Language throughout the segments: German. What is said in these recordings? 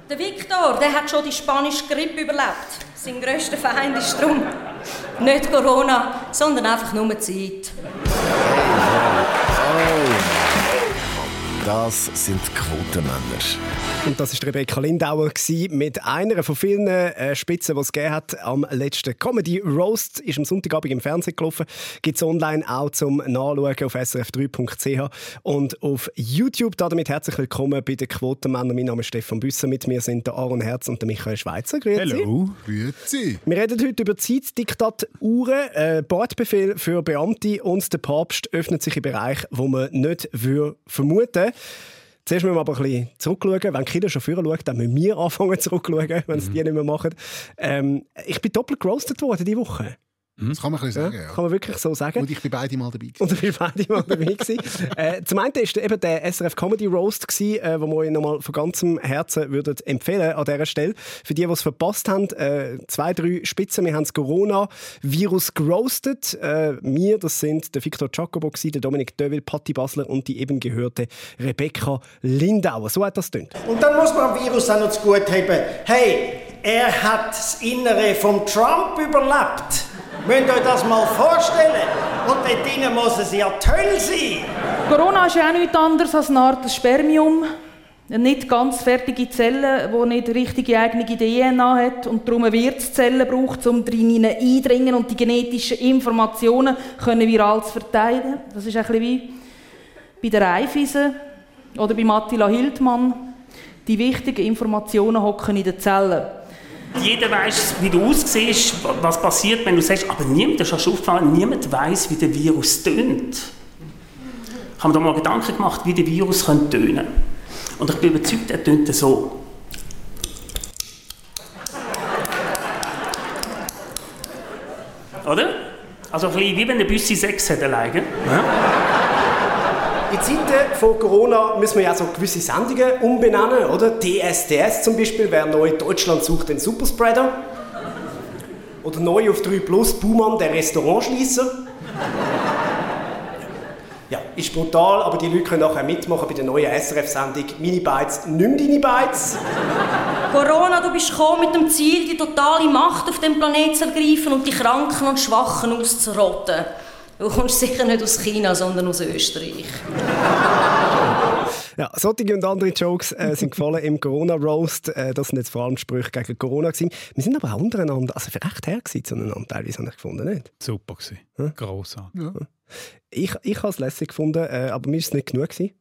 Der Victor, der hat schon die spanische Grippe überlebt. Sein grösster Feind ist darum nicht Corona, sondern einfach nur die Zeit. Das sind Quotenmänner. Und das war Rebecca Lindauer mit einer von vielen Spitzen, die es gegeben hat. Am letzten Comedy Roast ist am Sonntagabend im Fernsehen gelaufen. Gibt es online auch zum Nachschauen auf srf3.ch und auf YouTube. Damit herzlich willkommen bei den Quotenmännern. Mein Name ist Stefan Büsser. Mit mir sind der Aaron Herz und der Michael Schweizer. Grüezi. Hallo. Grüezi. Wir reden heute über Zeitdiktaturen, Bordbefehl für Beamte und der Papst öffnet sich in Bereichen, wo man nicht vermuten würde. Zuerst müssen wir aber ein bisschen zurückschauen. Wenn die Kinder schon vorher schauen, dann müssen wir anfangen zurückzuschauen, wenn es die nicht mehr machen. Ich bin doppelt gerostet worden diese Woche. Das kann man ein bisschen sagen, ja. Kann man wirklich so sagen. Und ich bin beide Mal dabei gewesen. Und ich war beide Mal dabei gewesen. Zum einen war eben der SRF Comedy Roast, den wir euch nochmal von ganzem Herzen würden empfehlen an dieser Stelle. Für die es verpasst haben, 2, 3 Spitzen. Wir haben das Corona-Virus gerostet. Wir, das sind der Victor Giacobo, der Dominik Dövil, Patti Basler und die eben gehörte Rebecca Lindauer. So hat das getönt. Und dann muss man am Virus auch noch zu gut haben, hey, er hat das Innere vom Trump überlebt. Müsst ihr euch das mal vorstellen? Und dort drinnen muss es ja toll sein. Corona ist ja auch nichts anderes als eine Art Spermium. Eine nicht ganz fertige Zelle, die nicht richtige eigene DNA hat und darum eine Wirtszelle braucht, um darin eindringen und die genetischen Informationen viral zu verteilen. Das ist ein bisschen wie bei der Raiffeisen oder bei Attila Hildmann. Die wichtigen Informationen hocken in den Zellen. Jeder weiss, wie du aussiehst, was passiert, wenn du sagst, aber niemand, das ist schon aufgefallen, niemand weiss, wie der Virus tönt. Ich habe mir da mal Gedanken gemacht, wie der Virus tönen könnte. Und ich bin überzeugt, er tönt so. Oder? Also ein bisschen wie wenn ein Büssi Sex hat alleine. Ja. In Zeiten von Corona müssen wir ja so gewisse Sendungen umbenennen, oder? DSDS zum Beispiel wäre neu «Deutschland sucht den Superspreader». Oder neu auf 3 Plus «Buhmann, der Restaurantschliesser». Ja, ist brutal, aber die Leute können nachher mitmachen bei der neuen SRF-Sendung «Mini Bites, nimm deine Bites». Corona, du bist gekommen mit dem Ziel, die totale Macht auf dem Planeten zu ergreifen und die Kranken und Schwachen auszurotten. Du kommst sicher nicht aus China, sondern aus Österreich. Ja, solche und andere Jokes sind gefallen im Corona-Roast. Das sind jetzt vor allem Sprüche gegen Corona gewesen. Wir sind aber auch untereinander, also recht her zueinander, teilweise habe ich gefunden, nicht? Super gewesen. Grossartig. Ja. Ich habe es lässig gefunden, aber mir war es nicht genug gewesen.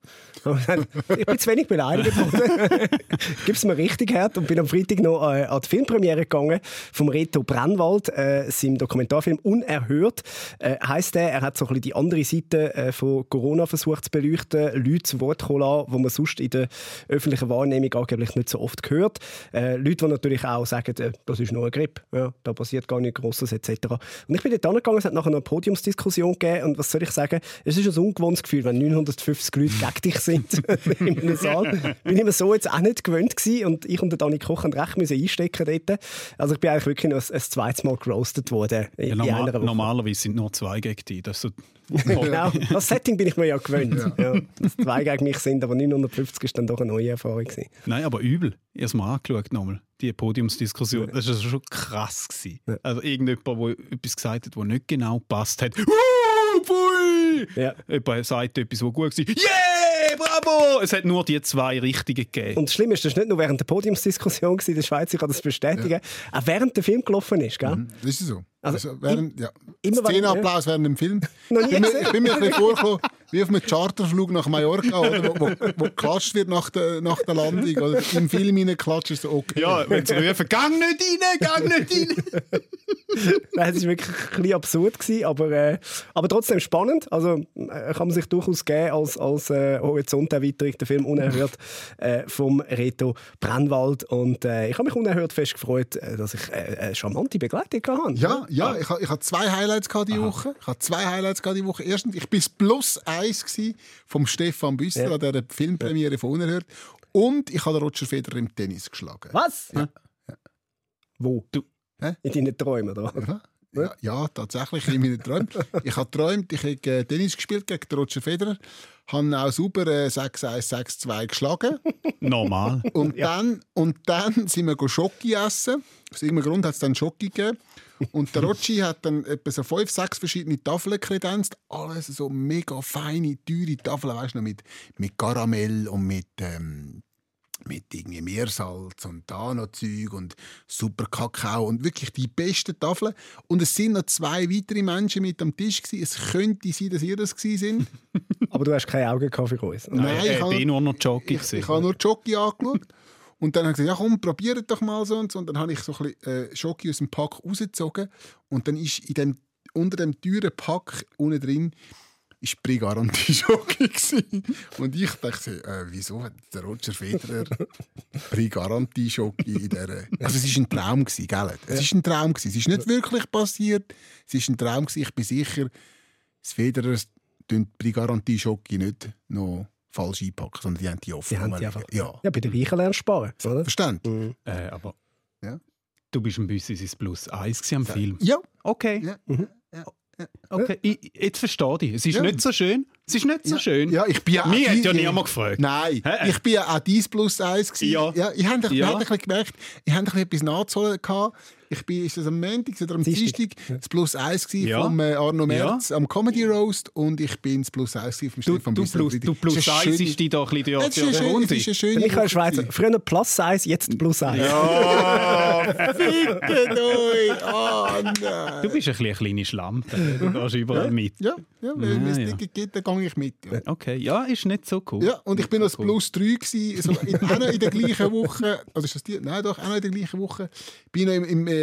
Ich bin zu wenig beleidigt worden. Gib es mir richtig hart und bin am Freitag noch an die Filmpremiere gegangen vom Reto Brennwald, seinem Dokumentarfilm «Unerhört». Heisst er hat so ein bisschen die andere Seite von Corona versucht zu beleuchten, Leute zu Wort kommen lassen, die man sonst in der öffentlichen Wahrnehmung angeblich nicht so oft hört. Leute, die natürlich auch sagen, das ist nur eine Grippe, ja, da passiert gar nichts Grosses etc. Und ich bin dort angegangen, es hat nachher noch eine Podiumsdiskussion gegeben und was soll ich sagen, es ist ein ungewohntes Gefühl, wenn 950 Leute gegen dich sind in einem Saal. Bin ich mir so jetzt auch nicht gewöhnt gewesen und ich und der Dani Koch haben recht einstecken dort. Also ich bin eigentlich wirklich noch ein zweites Mal gerostet worden in einer Woche. Normalerweise sind nur 2 gegen dich. Das so genau, das Setting bin ich mir ja gewöhnt. Ja. Dass 2 gegen mich sind, aber 950 war dann doch eine neue Erfahrung gewesen. Nein, aber übel. Erst mal angeschaut nochmal. Die Podiumsdiskussion, das war schon krass gewesen. Ja. Also irgendjemand, der etwas gesagt hat, das nicht genau gepasst hat. Pfui! Ja. Jemand sagt etwas, was gut war. Yeah, bravo! Es hat nur die 2 Richtigen gegeben. Und das Schlimme ist, das war nicht nur während der Podiumsdiskussion in der Schweiz, ich kann das bestätigen, ja. Auch während der Film gelaufen ist, gell? Das ist so. Also während, ja. Szenenapplaus während dem Film. Ich bin mir ein bisschen vorgekommen, wie auf einem Charterflug nach Mallorca, oder, wo geklatscht wird nach der Landung. Oder im Film hineinklatscht ist so okay. Ja, wenn sie rufen, «Gang nicht rein, gang nicht rein!» Nein, es war wirklich ein bisschen absurd gewesen, aber trotzdem spannend. Also kann man sich durchaus geben als Horizonterweiterung, der Film «Unerhört» vom Reto Brennwald. Und ich habe mich unerhört fest gefreut, dass ich eine charmante Begleitung hatte. Ja, ich hatte 2 Highlights diese Woche. Erstens, ich war +1 vom Stefan Büsser an dieser Filmpremiere von «Unerhört». Und ich habe Roger Federer im Tennis geschlagen. Was? Ja. Wo? Du? In deinen Träumen, oder? Ja, tatsächlich in meinen Träumen. Ich habe geträumt, ich habe Tennis gespielt gegen Roger Federer, habe auch super 6-1, 6-2 geschlagen. Normal. Und dann sind wir Schoki essen. Aus irgendeinem Grund hat es dann Schoki gegeben. Und der Roger hat dann etwa so 5, 6 verschiedene Tafeln kredenzt. Alles so mega feine, teure Tafeln, weißt du, mit Karamell und mit irgendwie Meersalz und da noch Zeug und super Kakao und wirklich die besten Tafeln. Und es sind noch 2 weitere Menschen mit am Tisch gewesen. Es könnte sein, dass ihr das gewesen sind. Aber du hast keine Augen für uns. Nein, ich bin nur noch Jockey. Ich habe nur Jockey angeschaut. Und dann habe ich gesagt, ja komm, probiert doch mal so und so. Und dann habe ich so ein bisschen Schoki aus dem Pack rausgezogen. Und dann ist unter dem teuren Pack unten drin ist Pre-Garantie-Schoki gewesen. Und ich dachte, wieso hat der Roger Federer Pre-Garantie-Schoki in dieser... Also es war ein Traum gewesen, gell? Es war ein Traum gewesen. Es ist nicht wirklich passiert. Es war ein Traum gewesen. Ich bin sicher, das Federer Pre-Garantie-Schoki nicht noch falsch einpacken, sondern die haben die offen. Ja, bei den Reichen lernst du sparen, oder? Verstanden. Aber ja. Du bist ein bisschen ins Plus 1 am Film. Ja. Okay. Ja. Okay, jetzt verstehe ich. Es ist nicht so schön. Es ist nicht so schön. Ja, ich bin ja Mir hat ja niemand gefragt. Nein, ich bin ja auch dies Plus 1 gewesen. Ja. Ich habe ein bisschen gemerkt, ich habe etwas nachzuholen gehabt. Ist das am Montag oder am Dienstag das Plus 1 vom Arno Merz am Comedy Roast und ich bin das Plus 1 vom Stefan Büsser. Du Plus 1 ist die doch ein bisschen der Runde. Michael Schweizer, früher Plus 1, jetzt Plus 1. Ja, fickt euch! Oh nein! Du bist eine kleine Schlampe. Du gehst überall mit. Ja, wenn es Ticket gibt, dann gehe ich mit. Ja. Okay, ja, ist nicht so cool. Ja, und ich bin noch das Plus 3 gewesen, so auch noch in der gleichen Woche, also ist das die? Nein, doch, auch noch in der gleichen Woche, bin noch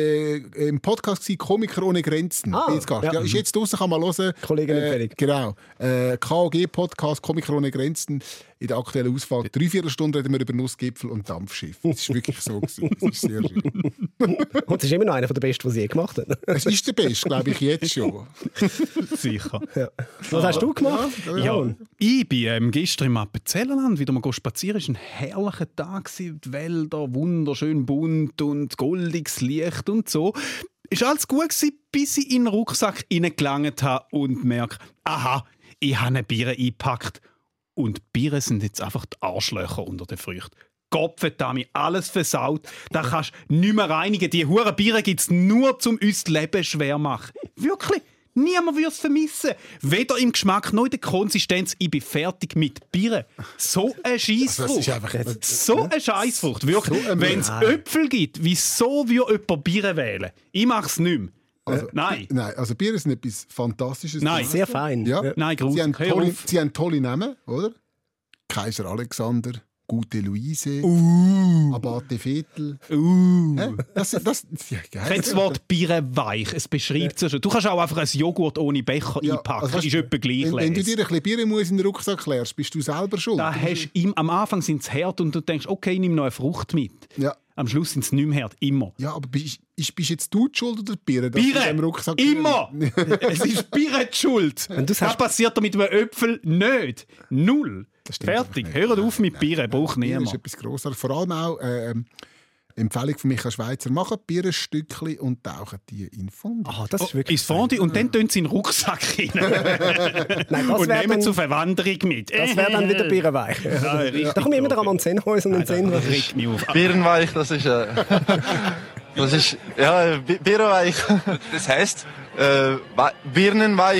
im Podcast gewesen, Komiker ohne Grenzen. Ja, ist jetzt draussen, kann man hören. Kollegenempfehlung. Genau. KOG-Podcast, Komiker ohne Grenzen. In der aktuellen Ausfahrt 3/4 Stunde reden wir über Nussgipfel und Dampfschiff. Das war wirklich so. Das ist sehr schön. Und es ist immer noch einer der besten, die sie je gemacht haben. Es ist der Beste, glaube ich, jetzt schon. Sicher. Ja. Was hast du gemacht? Ja, ich bin gestern im Appenzellerland wieder mal spazieren. Es war ein herrlicher Tag. Die Wälder, wunderschön bunt und goldiges Licht und so. Es war alles gut, bis ich in den Rucksack hineingelangt habe und merke, aha, ich habe eine Bier eingepackt. Und Biere sind jetzt einfach die Arschlöcher unter den Früchten. Gottverdammt, alles versaut. Da kannst du nicht mehr reinigen. Die huren Biere gibt es nur, um uns das Leben schwer zu machen. Wirklich. Niemand würde es vermissen. Weder im Geschmack noch in der Konsistenz. Ich bin fertig mit Bieren. So eine Scheissfrucht. So eine Scheissfrucht. Wirklich. So wenn es Äpfel gibt, wieso würde jemand Biere wählen? Ich mache es nicht mehr. Nein, also Bier ist etwas Fantastisches. Nein. Sehr fein. Ja. Nein, sie haben tolle Namen, oder? Kaiser Alexander, Gute Luise, Abate Vettel. Das das Wort Bier weich, es beschreibt es schon. Du kannst auch einfach ein Joghurt ohne Becher einpacken. Das ist etwa gleich. Wenn du dir ein bisschen Biermus in den Rucksack leerst, bist du selber schuld. Am Anfang sind es hart und du denkst, okay, nimm noch eine Frucht mit. Ja. Am Schluss sind es nicht mehr hart, immer. Ja, aber bist jetzt du die Schuld oder die Bier? Bier! Immer! Es ist Bier die Schuld. Das passiert mit einem Äpfel nicht. Null. Fertig. Hört auf mit Bier, braucht niemand. Das ist etwas Grosses. Vor allem auch Empfehlung von Michael Schweizer. Machen Bier ein Stückchen und tauchen die in Fondue. Das ist wirklich ins Fondue und dann tun sie in den Rucksack rein. Nein, und nehmen zur Verwanderung mit. Das wäre dann wieder Bierenweich. Da komme ich immer an Zennhäuser und Zennhäuser. Bierenweich, das ist... Das ist, ja, Bierenweich. Das heisst? Birnenweich.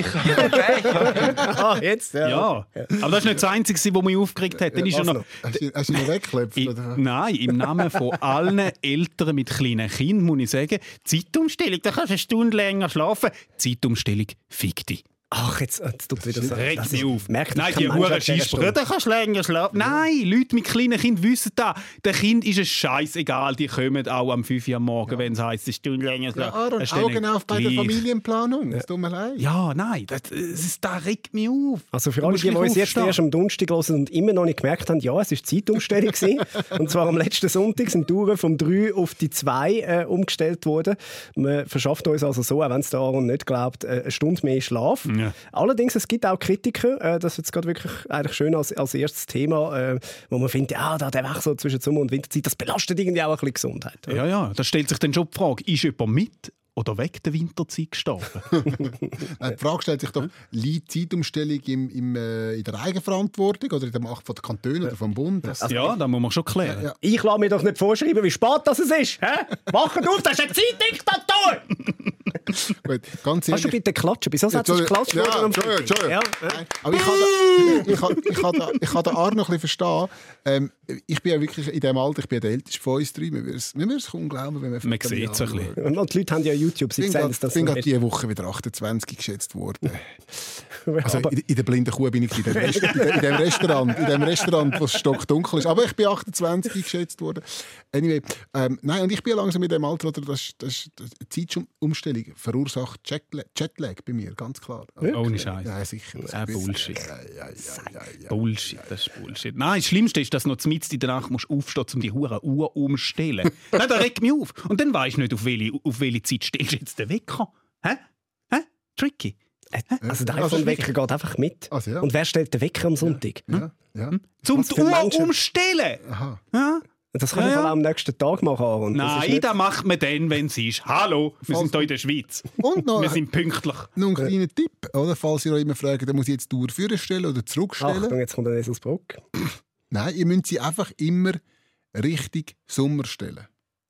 Jetzt, ja. Aber das ist nicht das Einzige, was mich aufgeregt hat. Dann ist noch... Hast du ihn noch weggeklopft? Nein, im Namen von allen Eltern mit kleinen Kindern muss ich sagen, Zeitumstellung, da kannst du eine Stunde länger schlafen. Zeitumstellung, fick dich. Ach, jetzt tut es wieder so. Regt mich auf. Nein, die huren Scheissprüche, da kannst du länger schlafen. Nein, Leute mit kleinen Kindern wissen das. Den Kind ist es scheißegal, die kommen auch am 5 Uhr am Morgen, wenn es heisst, eine Stunde länger schlafen. Ja, Augen auf bei der Familienplanung, es tut mir leid. Ja, nein, das regt mich auf. Also für alle, die uns jetzt erst am Donnerstag hören und immer noch nicht gemerkt haben, ja, es war Zeitumstellung. Und zwar am letzten Sonntag sind die Touren vom 3 auf die 2 umgestellt worden. Man verschafft uns also so, auch wenn es der Aaron nicht glaubt, eine Stunde mehr Schlaf. Ja. Allerdings, es gibt auch Kritiker, das ist jetzt gerade wirklich eigentlich schön als erstes Thema, wo man findet, ja, der Wechsel zwischen Sommer- und Winterzeit, das belastet irgendwie auch ein bisschen die Gesundheit. Oder? Ja, da stellt sich dann schon die Frage, ist jemand mit oder wegen der Winterzeit gestorben? Die Frage stellt sich doch, liegt die Zeitumstellung in der Eigenverantwortung oder in der Macht der Kantone oder vom Bund? Das muss man schon klären. Ja. Ich lasse mir doch nicht vorschreiben, wie spät das ist. Wacht auf, das ist ein Zeitdiktator! Gut, ganz ehrlich. Kannst du bitte klatschen? Wieso sagst du geklatscht? Ja, Entschuldigung. Ja. Aber ich kann den Arno noch ein bisschen verstehen. Ich bin ja wirklich in diesem Alter, ich bin der Älteste von uns drei. Wir würden es kaum glauben, wenn wir Man sieht es ein bisschen. Und die Leute haben ja YouTube, sie sehen es. Ich bin gerade diese Woche wieder 28 geschätzt worden. Also in der blinden Kuh bin ich in dem Restaurant, wo es stockdunkel ist. Aber ich bin 28 geschätzt worden. Anyway, nein, und ich bin langsam in dem Alter, oder die Zeitumstellung verursacht Jetlag bei mir, ganz klar. Also, ohne Scheiß. Ja, sicher. Bullshit. Ja. Bullshit, das ist Bullshit. Nein, das Schlimmste ist, dass du noch mitten in der Nacht musst aufstehen, um die hure Uhr umzustellen. Nein, das regt mich auf. Und dann weisst du nicht, auf welche Zeit stellst du jetzt den Wecker. Hä? Tricky. Also der iPhone-Wecker geht einfach mit. Also, ja. Und wer stellt den Wecker am Sonntag? Ja. Zum die Uhr umstellen. Aha. Ja? Das kann ich am nächsten Tag machen. Und Nein, das macht man dann, wenn es ist. Hallo, wir sind hier in der Schweiz. Und noch, wir sind pünktlich. Noch ein kleiner Tipp, oder? Falls ihr euch immer fragt, muss ich jetzt die Uhr vorstellen oder zurückstellen? Achtung, jetzt kommt der Eselsbrock. Nein, ihr müsst sie einfach immer richtig Sommer stellen.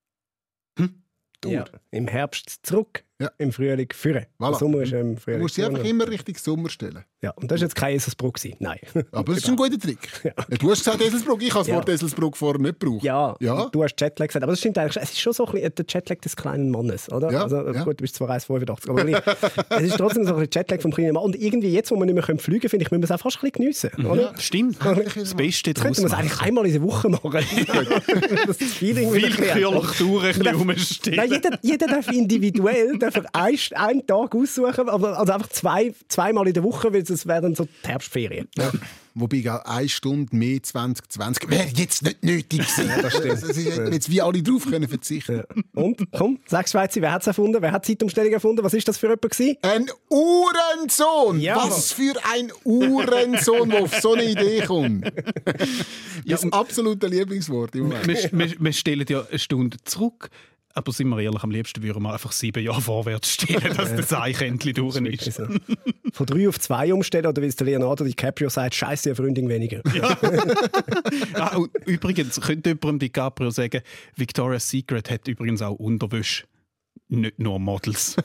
Ja. Im Herbst zurück, Ja. im Frühling führen. Voilà. Der Sommer ist im Frühling. Du musst sie einfach immer richtig Sommer stellen. Ja, und das war jetzt kein Eselsbrock. Nein. Aber das ist ein guter Trick. Ja. Du hast gesagt Eselsbrock, ich habe das Wort Eselsbrock vorher nicht gebraucht. Ja, du hast Jetlag gesagt, aber das stimmt eigentlich. Es ist schon so ein bisschen der Jetlag des kleinen Mannes, oder? Ja, also, gut, du bist zwar 1,85, aber es ist trotzdem so ein bisschen Jetlag vom kleinen Mann. Und irgendwie jetzt, wo wir nicht mehr fliegen können, finde ich, müssen wir es auch fast ein bisschen geniessen, oder? Ja, stimmt. Das Beste Das könnte man es eigentlich einmal in der Woche machen. Das Feeling willkürlich durch ein umstellen. Nein, jeder darf individuell einen Tag aussuchen, aber also einfach zweimal in der Woche, weil es wäre dann so die Herbstferien. Ja. Wobei 1 Stunde mehr 2020 wäre jetzt nicht nötig gewesen. Ja, das stimmt. Das ist jetzt wie alle drauf können verzichten. Ja. Und, komm, sag Schweizer, wer hat es erfunden? Wer hat Zeitumstellung erfunden? Was ist das für jemand gewesen? Ein Uhrensohn! Ja. Was für ein Uhrensohn, der auf so eine Idee kommt. Das absolute Lieblingswort im Moment. Wir stellen ja eine Stunde zurück. Aber sind wir ehrlich, am liebsten würden wir einfach 7 Jahre vorwärts stehen, dass das Eichhändchen durch ist. So. Von 3 auf 2 umstellen, oder wie es der Leonardo DiCaprio sagt, «Scheisse, eine Freundin weniger». Ja. Und übrigens, könnte jemandem DiCaprio sagen, Victoria's Secret hat übrigens auch Unterwäsche. Nicht nur Models.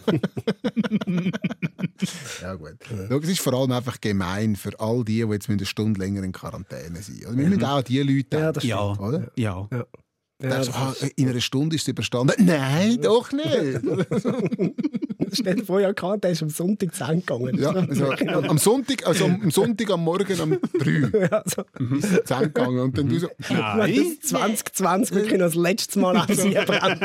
Ja, gut. Schau, es ist vor allem einfach gemein für all die jetzt eine Stunde länger in Quarantäne sind. Also wir müssen auch die Leute Ja, das stimmt. oder? Ja. In einer Stunde ist es überstanden. Nein, doch nicht. Stell dir vor, der ist am Sonntag zu Ende gegangen. Ja, also, am Sonntag am Morgen um 3 Ja, so. ist es zu Ende gegangen. Und dann du so... Nein. 2020 wirklich noch das letzte Mal an sie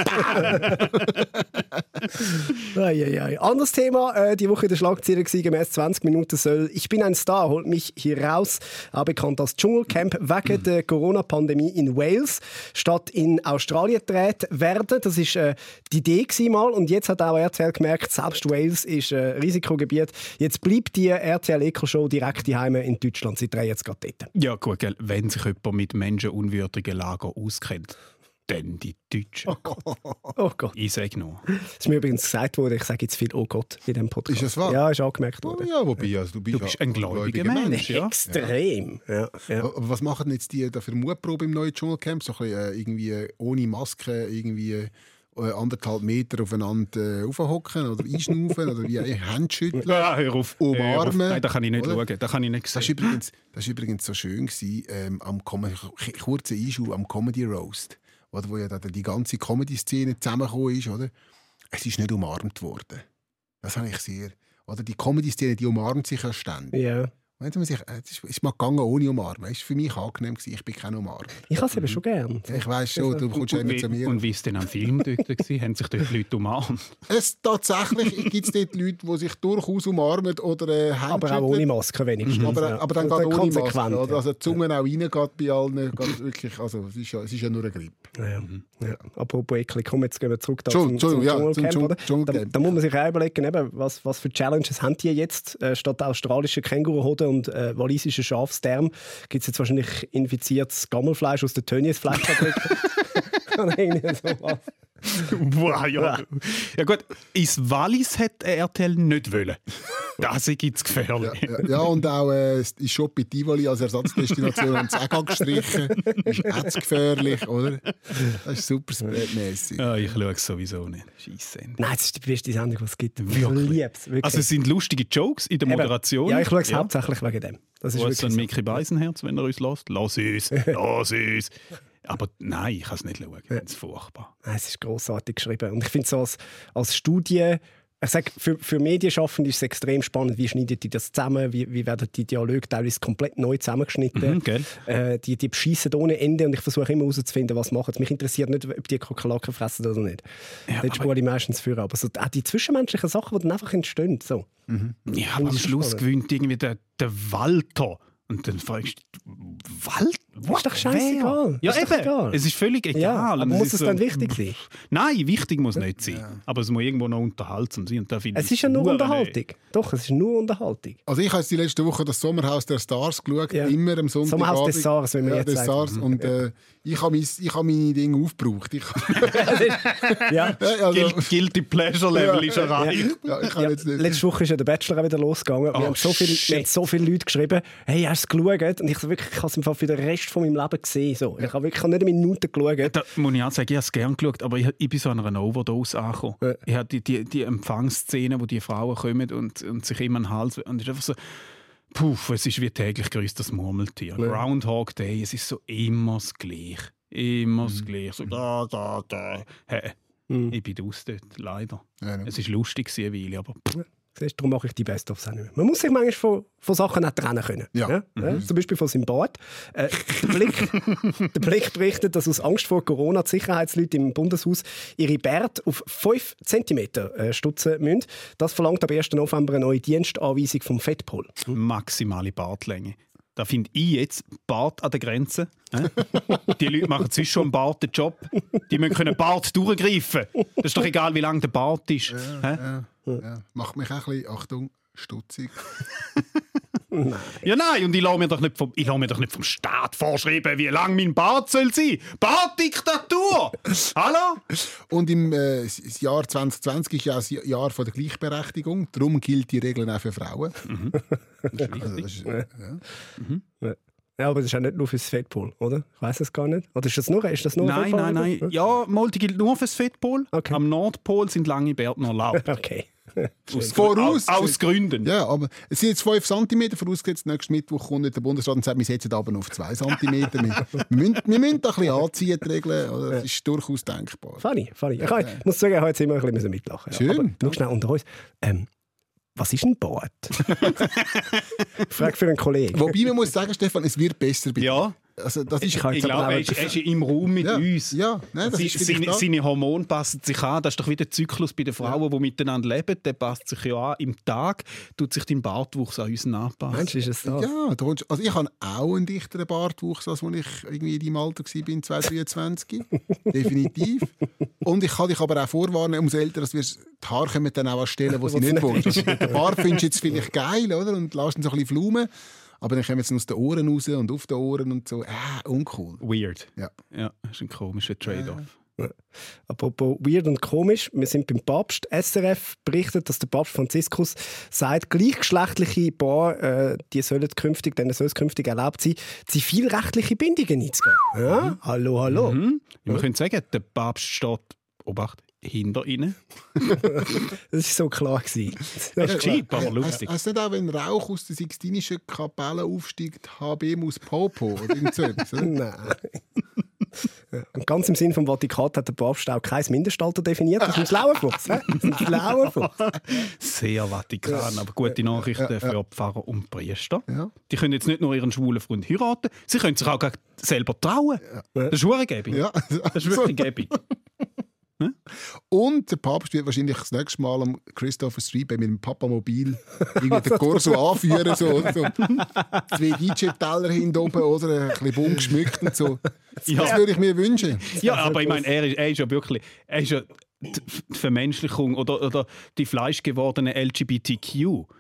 Anderes Thema, die Woche in der Schlagzeile war, gemäss 20 Minuten soll «Ich bin ein Star, holt mich hier raus», auch bekannt als Dschungelcamp, wegen der Corona-Pandemie in Wales, statt in Australien gedreht werden. Das war die Idee mal, und jetzt hat auch RTL gemerkt, selbst Wales ist ein Risikogebiet. Jetzt bleibt die RTL-Eco-Show direkt daheim in Deutschland. Sie drehen jetzt gerade dort. Ja gut, gell, wenn sich jemand mit menschenunwürdigen Lagern auskennt, dann die Deutschen. Oh Gott. Oh Gott. Ich sage noch. Es ist mir übrigens gesagt worden, ich sage jetzt viel «Oh Gott» in diesem Podcast. Ist das wahr? Ja, ist angemerkt worden. Ja, wobei, also, du bist ein gläubiger Mensch, ja. Extrem. Ja. Aber was machen jetzt die da für Mutprobe im neuen Dschungelcamp? So ein bisschen, irgendwie ohne Maske, irgendwie 1,5 Meter aufeinander aufhocken oder einschnaufen oder wie Handschütteln, hör auf. umarmen. Nein, da kann ich nicht schauen. Da kann ich nicht Das sehen. war übrigens so schön gewesen, kurzer Einschub am Comedy Roast, oder, wo ja da die ganze Comedy-Szene zusammengekommen ist. Oder? Es ist nicht umarmt worden. Das habe ich sehr... Oder die Comedy-Szene, die umarmt sich ja ständig. Ja. Es ist mal gegangen ohne Umarmen. Es war für mich angenehm. Ich bin kein Umarmer. Ich habe es eben schon gern. Ja, ich weiss schon, du kommst immer zu mir. Und wie es denn am Film dort war? Haben sich dort Leute umarmt? Tatsächlich gibt es dort Leute, die sich durchaus umarmen oder Aber auch ohne Maske wenigstens. Aber dann Und geht ohne Maske. konsequent, Oder? Also die Zunge auch reingeht bei allen. Wirklich, also, es ist ja nur eine Grippe. Ja. Apropos eklig, komm, jetzt gehen wir zurück zum Dschungelcamp. oder? Da muss man sich auch überlegen, eben, was für Challenges haben die jetzt? Statt australischer Känguruhoden und walisischer Schafsdärm gibt es jetzt wahrscheinlich infiziertes Gammelfleisch aus der Tönnies Fleischfabrik. Oder irgendwie sowas. Wow, ja. Ja gut, ins Wallis hat RTL nicht wollen. Das ist gefährlich. Ja, und auch die Shop in Tivoli als Ersatzdestination haben sie auch gestrichen. Das ist auch gefährlich, oder? Das ist super spreadmässig. Ja, ich schaue es sowieso nicht. Scheisse. Nein, das ist die beste Sendung, die es gibt. Wirklich? Ich liebe es. Also es sind lustige Jokes in der Moderation. Ja, ich schaue es hauptsächlich wegen dem. Das ist wirklich wirklich ein Mickey Beisenherz, wenn er uns lässt. Lass uns. Aber nein, ich kann es nicht schauen. Das ist furchtbar. Nein, es ist grossartig geschrieben. Und ich finde es als Studie, ich sage, für Medienschaffende ist es extrem spannend, wie schneiden die das zusammen, wie werden die Dialoge teilweise komplett neu zusammengeschnitten. Die bescheissen ohne Ende und ich versuche immer herauszufinden, was machen. Mich interessiert nicht, ob die Kakerlaken fressen oder nicht. Ja, das spule ich meistens für. Aber so, auch die zwischenmenschlichen Sachen, die dann einfach entstehen. So. Ja, aber am Schluss gewinnt irgendwie der Walter. Und dann fragst du, Walter? Ist doch scheißegal. Ja, eben. Egal. Es ist völlig egal. Ja, aber muss es dann wichtig sein? Nein, wichtig muss nicht sein. Ja. Aber es muss irgendwo noch unterhaltsam sein. Und da es ist ja nur Unterhaltung. Doch, es ist nur Unterhaltung. Also ich habe die letzte Woche das Sommerhaus der Stars geschaut, immer am Sonntagabend. Sommerhaus des Stars, wenn wir jetzt sagen. Und ich habe meine Dinge aufgebraucht. Guilty Pleasure Level ist erreicht. Letzte Woche ist ja der Bachelor auch wieder losgegangen. Wir haben so viele Leute geschrieben, hey, hast du es geschaut? Und ich habe es einfach für den Rest von meinem Leben gesehen. So. Ich habe wirklich nicht eine Minute geschaut. Da muss ich auch sagen, ich habe es gerne geschaut, aber ich bin so an einer Overdose angekommen. Ich habe die Empfangsszenen, wo die Frauen kommen und sich immer an den Hals... Und es ist einfach so... es ist wie täglich grüßt das Murmeltier. Groundhog Day, es ist so immer das Gleiche. Immer das Gleiche. So da. Hey, ich bin aus dort, leider. Ja, es war lustig, eine Weile, aber... Darum mache ich die Best-ofs auch nicht mehr. Man muss sich manchmal von Sachen auch trennen können. Ja. Zum Beispiel von seinem Bart. Der Blick berichtet, dass aus Angst vor Corona die Sicherheitsleute im Bundeshaus ihre Bärte auf 5 cm stutzen müssen. Das verlangt am 1. November eine neue Dienstanweisung vom Fettpol. Maximale Bartlänge. Da finde ich jetzt Bart an der Grenze. Die Leute machen sonst schon einen Bart den Job. Die müssen können Bart durchgreifen. Das ist doch egal, wie lang der Bart ist. Ja. Macht mich auch ein bisschen, Achtung, stutzig. Nein. Ja, nein, und ich lasse mir doch nicht vom Staat vorschreiben, wie lang mein Bart soll sein. Bartdiktatur! Hallo? Und das Jahr 2020 ist ja das Jahr der Gleichberechtigung. Darum gilt die Regel auch für Frauen. Das ist wichtig. Ja, aber das ist ja nicht nur fürs Fettpol, oder? Ich weiss es gar nicht. Oder ist das nur Nein. Ja, die gilt nur fürs Fettpol. Okay. Am Nordpol sind lange Bärte noch erlaubt. Okay. Aus Gründen. Ja, aber es sind jetzt 5 cm vorausgesetzt. Nächsten Mittwoch kommt der Bundesrat und sagt, wir setzen aber auf 2 cm. wir müssen da ein bisschen anziehen, die Regeln. Das ist durchaus denkbar. Funny. Ich muss sagen, ich habe jetzt immer ein bisschen mitlachen. Schön. Aber nur schnell unter uns. Was ist ein Bart? Frage für einen Kollegen. Wobei man muss sagen, Stefan, es wird besser bei dir. Ja. Also, das ist ich glaube, er ist im Raum mit uns. Ja, nein, das ist seine Hormone passen sich an. Das ist doch wieder der Zyklus bei den Frauen, die miteinander leben. Der passt sich ja an. Im Tag tut sich dein Bartwuchs an uns anpassen. Meinst du, ist es das? Ja, also ich habe auch einen dichteren Bartwuchs, als ich irgendwie in deinem Alter war, 2023. Definitiv. Und ich kann dich aber auch vorwarnen, umso älter du wirst, die Haare kommen dann auch an Stellen, wo sie nicht wollen. Also, den Bart findest du jetzt vielleicht geil, oder? Und lässt ihn so ein bisschen flumen. Aber dann kommen sie aus den Ohren raus und auf den Ohren und so. Uncool. Weird. Ja, das ist ein komischer Trade-off. Ja. Apropos weird und komisch, wir sind beim Papst. SRF berichtet, dass der Papst Franziskus sagt, gleichgeschlechtliche Paare, denen soll es künftig erlaubt sein, zivilrechtliche Bindungen einzugehen. Ja? Hallo. Man könnte sagen, der Papst steht, Obacht, hinter ihnen. Das war so klar. Das ist cheap, aber lustig. Hast du nicht auch, wenn Rauch aus der Sixtinischen Kapelle aufsteigt, HB muss Popo oder irgend so etwas? Nein. Und ganz im Sinn vom Vatikan hat der Papst auch kein Mindestalter definiert. Das ist ein schlauer Fuchs. Sehr Vatikan, aber gute Nachrichten für Pfarrer und Priester. Ja. Die können jetzt nicht nur ihren schwulen Freund heiraten, sie können sich auch selber trauen. Das ist wirklich gäbig. Ja. Das ist wirklich gäbig. Und der Papst wird wahrscheinlich das nächste Mal am Christopher Street mit dem Papamobil irgendwie den Corso anführen. So 2 DJ-Teller hinten oben oder ein bisschen bunt geschmückt und so. Das würde ich mir wünschen. Ja, aber ich meine, er ist ja wirklich... die Vermenschlichung oder die fleischgewordene LGBTQ.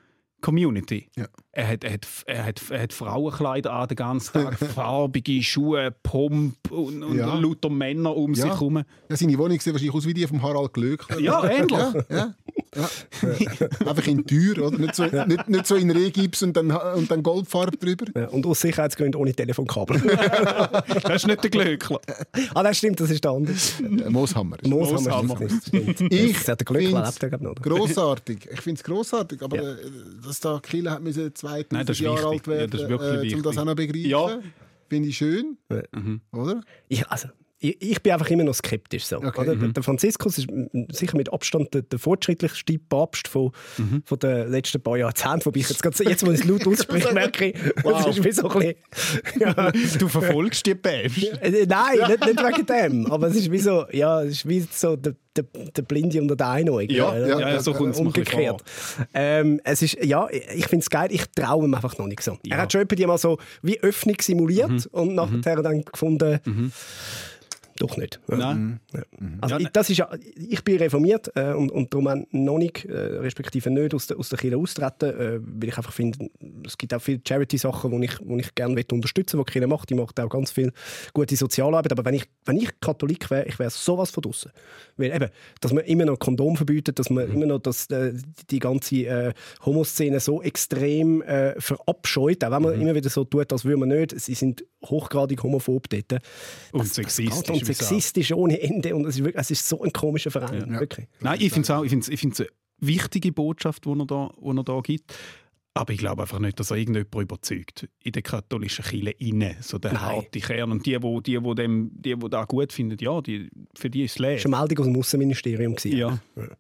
Community. Ja. Er hat Frauenkleider an den ganzen Tag, farbige Schuhe, Pomp und lauter Männer um sich herum. Ja, seine Wohnung sieht wahrscheinlich aus wie die von Harald Glöckler. Ja, ähnlich. Ja. Einfach in Tür, oder? Nicht so in Rehgips und dann Goldfarbe drüber. Ja, und aus Sicherheitsgründen ohne Telefonkabel. Das ist nicht der Glöckler. Das stimmt, das ist der andere. Mooshammer. Mooshammer. Ich finde es grossartig. Ich finde es grossartig, aber dass da Kille hat müssen 2000 Jahre alt werden, das ist wirklich um das auch noch begreifen. Ja. Finde ich schön, oder? Ich bin einfach immer noch skeptisch. So. Okay. Der Franziskus ist sicher mit Abstand der fortschrittlichste Papst von den letzten paar Jahrzehnten. Wobei ich jetzt wo ich es laut ausspreche, merke ich, das ist wie so ein bisschen... Du verfolgst die Päpste? Nein, nicht wegen dem. Aber es ist wie so, es ist wie so der Blinde unter der Einäugige. Ja, so kommt es mir umgekehrt. Es ist, ich finde es geil, ich traue ihm einfach noch nicht so. Ja. Er hat schon jemand mal so wie Öffnung simuliert und nachher dann gefunden... Doch nicht. Nein. Also das ist ich bin reformiert und darum noch nicht, respektive nicht aus der Kirche austreten, weil ich einfach finde, es gibt auch viele Charity-Sachen, die ich gerne unterstützen möchte, die die Kirche macht. Die macht auch ganz viel gute Sozialarbeit. Aber wenn ich Katholik wäre, ich wäre sowas von draussen. Weil eben, dass man immer noch Kondom verbietet, dass man immer noch die ganze Homoszene so extrem verabscheut, auch wenn man immer wieder so tut, als würde man nicht. Sie sind hochgradig homophob dort. Und sexistisch. Sexistisch ohne Ende und es ist so ein komischer Verein. Ja. Wirklich. Nein, ich finde es eine wichtige Botschaft, die er da gibt. Aber ich glaube einfach nicht, dass er irgendjemand überzeugt in der katholischen Kirche rein, so der harte Kern. Und die da gut finden, für die ist es leer. Das war eine Meldung aus dem Aussenministerium. Ja.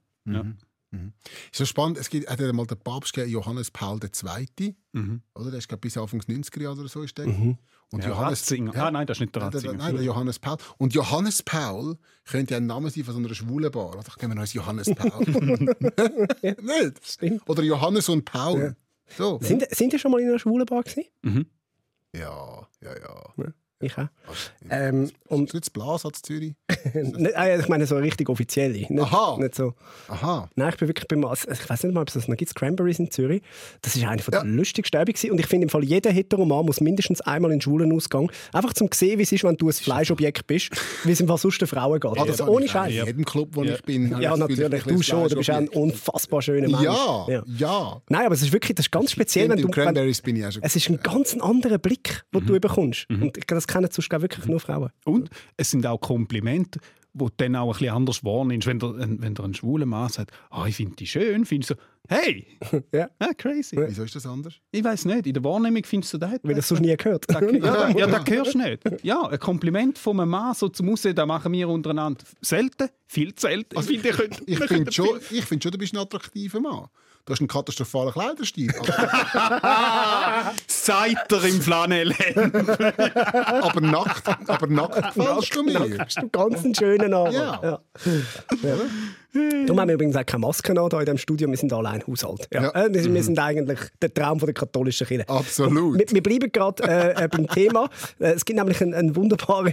Ist so spannend, es hat mal den Papst gegeben, Johannes Paul II. Oder? Der ist bis Anfang 90er Jahre oder so. Ist der. Und Ratzinger. Nein, das ist nicht der Ratzinger. Nein, der Johannes Paul. Und Johannes Paul könnte ja ein Name sein von so einer schwulen Bar. Oder gehen wir noch als Johannes Paul. Nicht? Stimmt. Oder Johannes und Paul. Ja. So. Sind ihr schon mal in einer schwulen Bar gewesen? Ja. Ich auch. Und nicht das Blas als Zürich? Ich meine so richtig offiziell. Nicht so. Aha. Nein, ich bin wirklich ich weiß nicht mal, ob es das noch gibt, Cranberries in Zürich. Das ist eine von der lustigsten Übungen. Und ich finde im Fall, jeder Heteroman muss mindestens einmal in den Schwulenausgang, einfach zum sehen, wie es ist, wenn du ein Fleischobjekt bist, wie es im Fall sonst den Frauen geht. Das ohne Scheiß. In jedem Club, wo ich bin. Ja, natürlich. Du schon, du bist auch ein unfassbar schöner Mensch. Ja. Nein, aber es ist wirklich, das ist ganz speziell. Wenn du Cranberries bin ich auch schon. Es ist ein ganz anderer Blick, den du bekommst. Und das kennen sonst wirklich nur Frauen. Und es sind auch Komplimente, wo du dann auch ein bisschen anders wahrnimmst, wenn der ein schwuler Mann sagt, ich finde die schön, findest du so, hey, crazy. Wieso ist das anders? Ich weiss nicht, in der Wahrnehmung findest du das. Weil das sonst nie gehört. Das hörst du nicht. Ja, ein Kompliment von einem Mann so zum Aussehen, das machen wir untereinander selten, viel zu selten. Also, ich finde schon, du bist ein attraktiver Mann. Du hast einen katastrophalen Kleiderstil. Seiter im Flanellhemd. aber nackt gefällst du mir. Hast du ganz einen schönen Abend. Ja. Darum haben wir übrigens auch keine Masken an hier in diesem Studio. Wir sind alle ein Haushalt. Wir sind eigentlich der Traum der katholischen Kirche. Absolut. Wir bleiben gerade beim Thema. Es gibt nämlich einen wunderbaren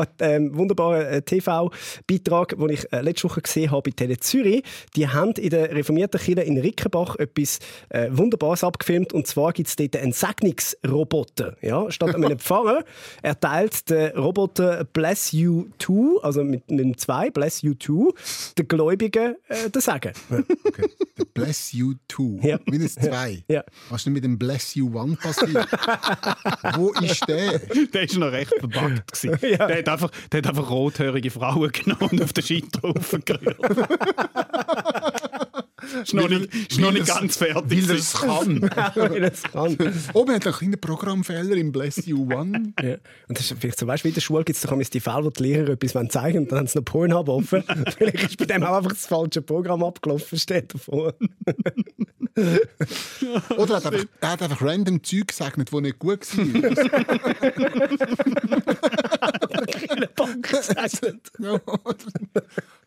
TV-Beitrag, den ich letzte Woche gesehen habe bei Tele Zürich. Die haben in der reformierten Kirche in Rickenbach etwas Wunderbares abgefilmt. Und zwar gibt es dort einen Segnungsroboter. Ja? Statt einem Pfarrer erteilt der Roboter Bless You Too, also mit einem 2, Bless You Too, der Gläubigen das Sagen. Okay. Der Bless You Too. Ja. Minus 2. Ja. Was ist denn mit dem Bless You One passiert? Wo ist der? Der war noch recht verbuggt. Ja. Der hat einfach rothörige Frauen genommen und auf den Scheiterhaufen gerührt. Ist noch nicht ganz fertig. Weil er es kann. Oh, wir haben einen kleinen Programmfehler im Bless You One. Ja. Und das ist vielleicht so, weißt du, wie in der Schule gibt es doch die Fälle, wo die Lehrer etwas zeigen wollen und dann haben sie noch Pornhub offen. Vielleicht ist bei dem auch einfach das falsche Programm abgelaufen, steht davor. Oder er hat einfach random Zeug gesegnet, die nicht gut waren.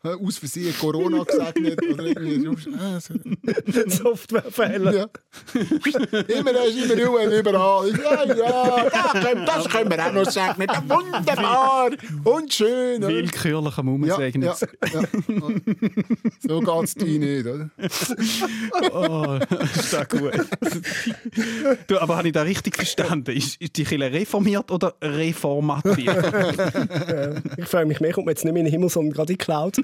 aus Versehen Corona gesegnet oder irgendwie Softwarefehler. Ja. Immer überall. Ja, das können wir auch noch segnen. Wunderbar und schön. Willkürlich am Umsegnen. Ja. So geht es dir nicht, oder? Oh, ist das gut. Du, aber habe ich das richtig verstanden? Ist die Kirche reformiert oder reformatiert? Ich frage mich mehr, kommt man jetzt nicht mehr in den Himmel, sondern gerade in die Cloud.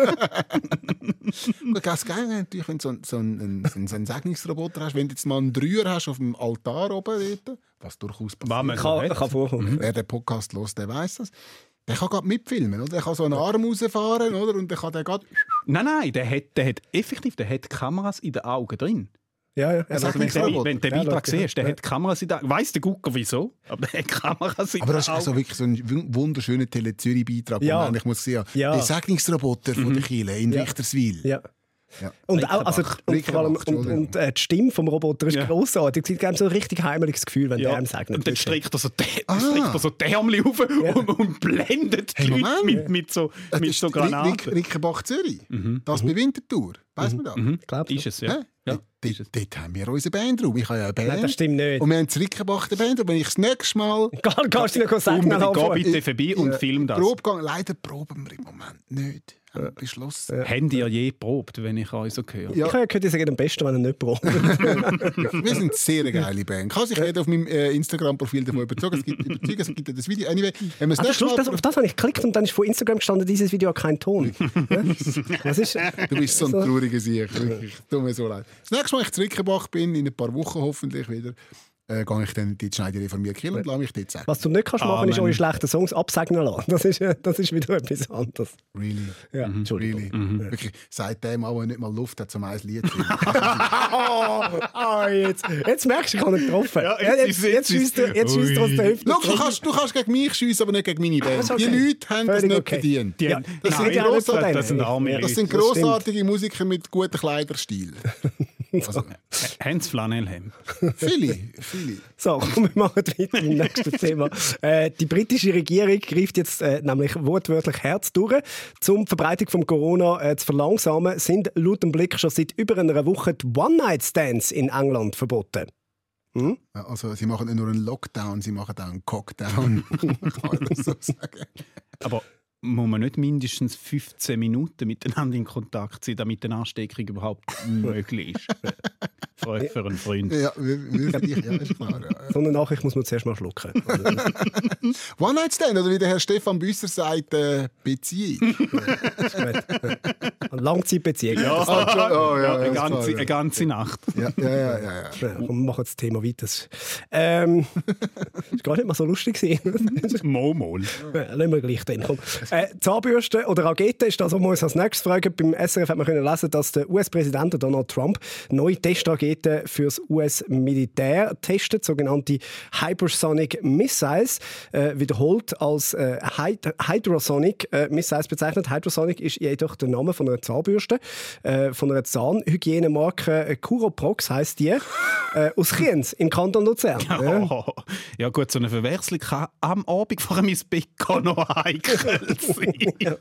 Gut, ganz geil natürlich, wenn du so einen Segnungsroboter hast, wenn du jetzt mal einen Dreier hast auf dem Altar oben dort, was durchaus passiert. Kann vorkommen. Wer den Podcast hört, der weiss das. Der kann gerade mitfilmen, oder? Der kann so einen Arm rausfahren, oder? Und der kann den gerade... Nein, der hat effektiv Kameras in den Augen drin. Ja. Also wenn du den Beitrag siehst, der hat Kameras in den Augen. Weiss der Gucker wieso? Aber der hat Kameras in den Augen. Aber das ist also wirklich so ein wunderschöner Tele-Zürich-Beitrag, Ja. ich muss sehen, Ja. die Segnungsroboter von der Kirche in Richterswil. Ja. Ja. Und, auch, also, und vor allem die Stimme vom Roboter ist grossartig. Es gibt so ein richtig heimeliges Gefühl, wenn der einem sagt. Und dann streckt er so die Ärmel auf und blendet die Leute mit so Granaten. Rickenbach Zürich. Das bei Winterthur. Weiss man das? Glaubst du? Ist es, ja. Dort haben wir unseren Bandraum. Ich habe ja eine Band. Nein, das stimmt nicht. Und wir haben in Rickenbach den Bandraum. Wenn ich das nächste Mal... Kannst du nicht sagen? Geh bitte vorbei und film das. Leider proben wir im Moment nicht. Haben wir beschlossen. Habt ihr je geprobt, wenn ich euch so höre? Ich habe ja gehört, ihr seid am besten, wenn ihr nicht probt. Wir sind eine sehr geile Band. Kann sich jeder auf meinem Instagram-Profil davon überzeugen. Es gibt ja das Video. Anyway, wenn wir auf das habe ich geklickt und dann ist von Instagram gestanden, dieses Video hat keinen Ton. Was ist? Du bist so ein trauriger Sieg. Tut mir so leid. Das nächste Mal, wenn ich zu Rickenbach bin, in ein paar Wochen hoffentlich wieder, gehe ich dann in die Schneiderei von mir killen und lasse mich dort sagen. Was du nicht kannst machen, ist eure schlechten Songs absegnen lassen. Das ist wieder etwas anderes. Really? Ja, Entschuldigung. Really? Wirklich, seitdem auch nicht mal Luft hat, zum ein Lied zu jetzt merkst du, ich habe ihn getroffen. Ja, jetzt schießt du aus der Hüfte. Du kannst gegen mich schiessen, aber nicht gegen meine Band. Okay. Die Leute haben das nicht verdient. Das sind grossartige Musiker mit gutem Kleiderstil. Also, Hans Flanellhemd. Viele. So, komm, wir machen weiter im nächsten Thema. Die britische Regierung greift jetzt nämlich wortwörtlich Herz durch. Um die Verbreitung von Corona zu verlangsamen, sind laut dem Blick schon seit über einer Woche die One-Night-Stands in England verboten. Also sie machen nicht nur einen Lockdown, sie machen auch einen Cockdown. Kann man das so sagen? Aber muss man nicht mindestens 15 Minuten miteinander in Kontakt sein, damit eine Ansteckung überhaupt möglich ist? Für einen Freund. Ja, wirklich, ja, ist klar. Ja. So eine Nachricht muss man zuerst mal schlucken. One-Night-Stand, oder wie der Herr Stefan Büsser sagt, Beziehung. Eine Langzeitbeziehung. Ja, eine ganze Nacht. Ja. Wir machen das Thema weiter. Das war gar nicht mal so lustig. Mal. Lassen wir gleich drin. Zahnbürste oder Rakete ist das, was wir uns als nächstes fragen. Beim SRF hat man lesen, dass der US-Präsident Donald Trump neue Testraketen fürs US-Militär testet, sogenannte Hypersonic Missiles, wiederholt als Hydrosonic Missiles bezeichnet. Hydrosonic ist jedoch der Name von einer Zahnbürste, von einer Zahnhygienemarke Curoprox heisst die, aus Kriens im Kanton Luzern. Ja gut, so eine Verwechslung kann am Abend vor meinem Bett noch heikel sein.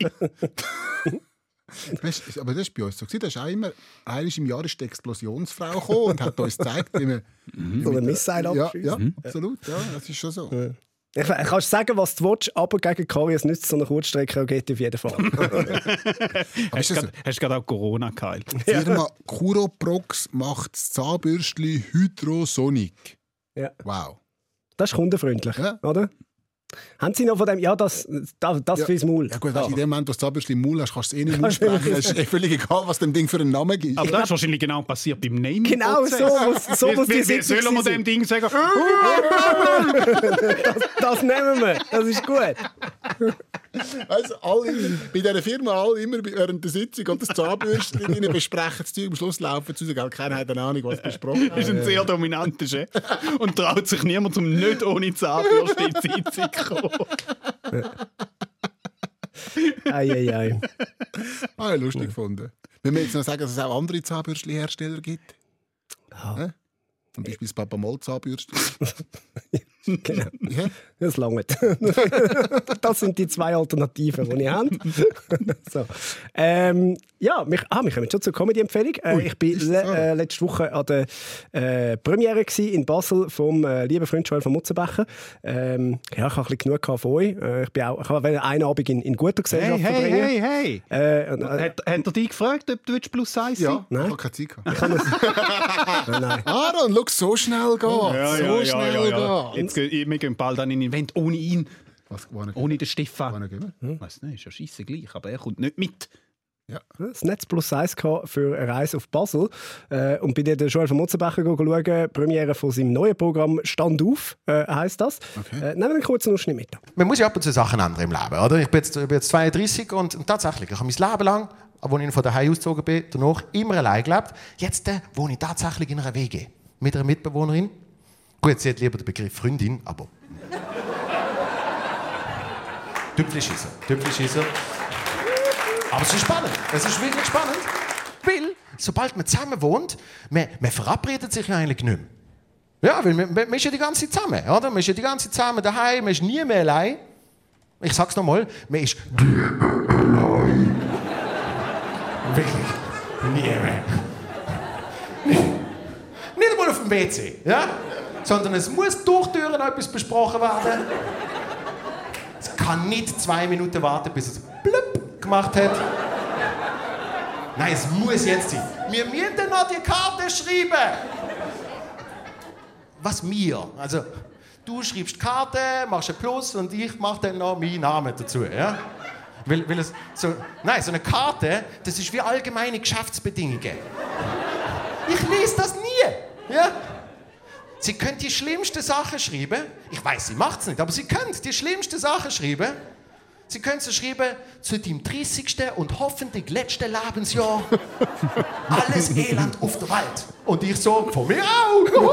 Aber das ist bei uns so. Das ist auch immer, einmal im Jahr ist die Explosionsfrau gekommen und hat uns gezeigt, wie man so eine Missile abschießt. Ja, absolut. Ja, das ist schon so. Ja. Ich kannst sagen, was du willst, aber gegen Karies nützt so eine Kurzstrecke-Rakete auf jeden Fall. Hast du gerade auch Corona geheilt? Die Firma Curoprox macht das Zahnbürstchen Hydrosonic. Ja. Wow. Das ist kundenfreundlich, oder? Haben Sie noch von dem, das fürs Maul? Ja gut, in dem Moment, wo du das Zahnbürstchen im Maul hast, kannst du es eh nicht aussprechen. Es ist völlig egal, was dem Ding für einen Namen gibt. Aber das ist wahrscheinlich genau passiert beim Naming. Genau, so muss die Wie sollen wir dem Ding sagen? das nehmen wir, das ist gut. Also alle bei dieser Firma, alle immer während der Sitzung und das Zahnbürstchen besprechen das Zeug, am Schluss laufen zu, keiner hat eine Ahnung, was besprochen wird. Das ist ein sehr dominanter Chef und traut sich niemand, um nicht ohne Zahnbürste in die Sitzung zu kommen. Ei. Lustig gefunden. Wenn wir jetzt noch sagen, dass es auch andere Zahnbürstchen-Hersteller gibt. Zum Beispiel das Papa Moll Zahnbürstchen. Genau. Ja. Das langt. Das sind die 2 Alternativen, die ich habe. So. Ja, wir kommen schon zur Comedy-Empfehlung. Ich war letzte Woche an der Premiere in Basel vom lieben Freund Joel von Mutzenbecher. Ich hatte ein bisschen genug von euch. Ich wollte einen Abend in guter Gesellschaft verbringen. Hey! Hat er dich gefragt, ob du plus 1 Ja, Nein. ich habe keine Zeit gehabt. Nein. Aaron, schau, so schnell geht. Schnell geht. Jetzt wir gehen bald an den Event ohne ihn. Ohne den Stefan. Wann gehen wir? Ich weiss nicht, ist ja scheisse gleich, aber er kommt nicht mit. Ja. Das Netz plus 1 für eine Reise auf Basel. Und bei der Joel von Mutzenbecher schauen, Premiere von seinem neuen Programm «Stand auf» heisst das. Okay. Nehmen wir einen kurzen Ausschnitt mit. Man muss ja ab und zu Sachen ändern im Leben. Oder? Ich bin jetzt 32 und tatsächlich, ich habe mein Leben lang, als ich von daheim ausgezogen bin, danach immer allein gelebt. Jetzt wohne ich tatsächlich in einer WG mit einer Mitbewohnerin. Gut, sie hat lieber den Begriff Freundin, aber... Tüpfelschisser. Aber es ist spannend. Es ist wirklich spannend. Weil, sobald man zusammen wohnt, man verabredet sich ja eigentlich nicht mehr. Ja, weil man ist ja die ganze Zeit zusammen, oder? Man ist ja die ganze Zeit zusammen daheim, man ist nie mehr allein. Ich sag's nochmal, man ist allein. Wirklich. Nie mehr. Nicht einmal auf dem WC, ja? Sondern es muss durch Türen etwas besprochen werden. Es kann nicht 2 Minuten warten, bis es blub gemacht hat. Nein, es muss jetzt sein. Wir müssen dann noch die Karte schreiben. Was wir? Also, du schreibst die Karte, machst ein Plus und ich mache dann noch meinen Namen dazu. Ja? Weil es so eine Karte, das ist wie allgemeine Geschäftsbedingungen. Ich lese das nie. Ja? Sie können die schlimmsten Sachen schreiben. Ich weiß, sie macht es nicht, aber sie können die schlimmsten Sachen schreiben. Sie können so schreiben, zu deinem 30. und hoffentlich letzten Lebensjahr alles Elend auf der Welt. Und ich so, von mir auch.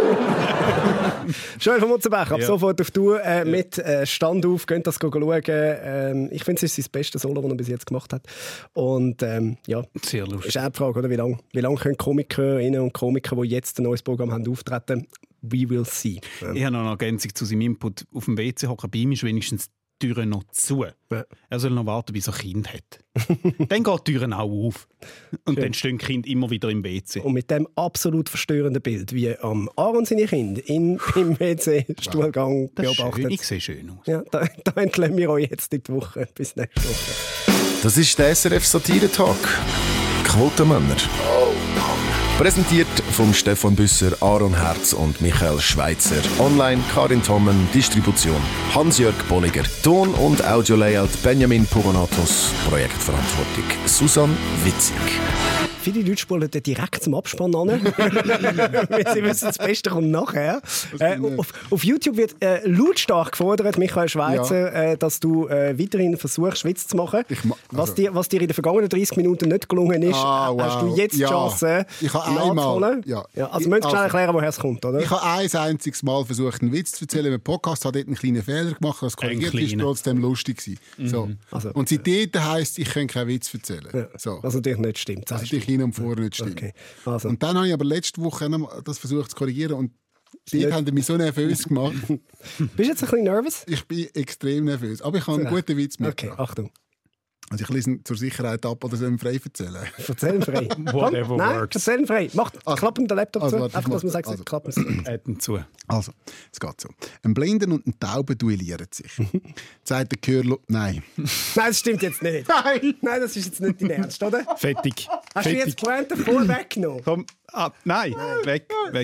Joel von Mutzenbecher, ab sofort auf Tour mit Stand auf, könnt das schauen. Ich finde, es ist sein bestes Solo, das er bis jetzt gemacht hat. Und ja, sehr lustig. Ist auch die Frage, oder? Wie lange können Komikerinnen und Komiker, die jetzt ein neues Programm haben, auftreten? We will see. Ich habe noch eine Ergänzung zu seinem Input. Auf dem WC hocken, bei ihm ist wenigstens die Türen noch zu. Ja. Er soll noch warten, bis er ein Kind hat. Dann geht die Türen auch auf. Und schön. Dann stehen die Kinder immer wieder im WC. Und mit dem absolut verstörenden Bild, wie Aaron seine Kinder im WC-Stuhlgang beobachtet. Ich sehe schön aus. Ja, da entlassen wir euch jetzt in die Woche. Bis nächste Woche. Das ist der SRF Satire-Talk. Quotenmänner. Präsentiert von Stefan Büsser, Aaron Herz und Michael Schweitzer. Online Karin Tommen, Distribution Hans-Jörg Bolliger. Ton- und Audio-Layout Benjamin Pogonatos. Projektverantwortung Susanne Witzig. Viele Leute spulen direkt zum Abspann an. Sie wissen, das Beste kommt nachher. Auf YouTube wird lautstark gefordert, Michael Schweitzer, dass du weiterhin versuchst, Witz zu machen. Was dir in den vergangenen 30 Minuten nicht gelungen ist, hast du jetzt die Chance, nachzuholen. Also müsst ihr schnell erklären, woher es kommt, oder? Ich habe ein einziges Mal versucht, einen Witz zu erzählen. Im Podcast hat dort einen kleinen Fehler gemacht, das korrigiert ist trotzdem lustig gewesen. So. Und seitdem heisst, ich kann keinen Witz erzählen. Ja. So. Was natürlich nicht stimmt. Hin und vor nicht stimmt. Okay. Also. Und dann habe ich aber letzte Woche das versucht zu korrigieren und dort haben die mich so nervös gemacht. Bist du jetzt ein bisschen nervös? Ich bin extrem nervös, aber ich habe einen guten Witz mit. Okay, Achtung. Also ich lese ihn zur Sicherheit ab oder soll ihn frei erzählen? Erzählen frei. Whatever works. Erzählen frei. Klappen den Laptop zu. Einfach, dass man sagt, klappen es zu. Also, es geht so. Ein Blinden und ein Tauben duellieren sich. Sagt der Gehör... Nein. Nein, das stimmt jetzt nicht. Nein, das ist jetzt nicht dein Ernst, oder? Fertig. Hast du jetzt die Pointe voll weggenommen? Komm, nein. Weg.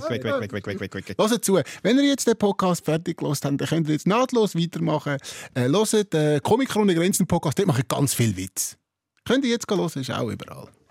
Hört zu. Wenn ihr jetzt den Podcast fertig gehört habt, dann könnt ihr jetzt nahtlos weitermachen. Hört den Komiker ohne Grenzen Podcast, dort mache ich ganz viel Witz. Könnt ihr jetzt hören, ist auch überall.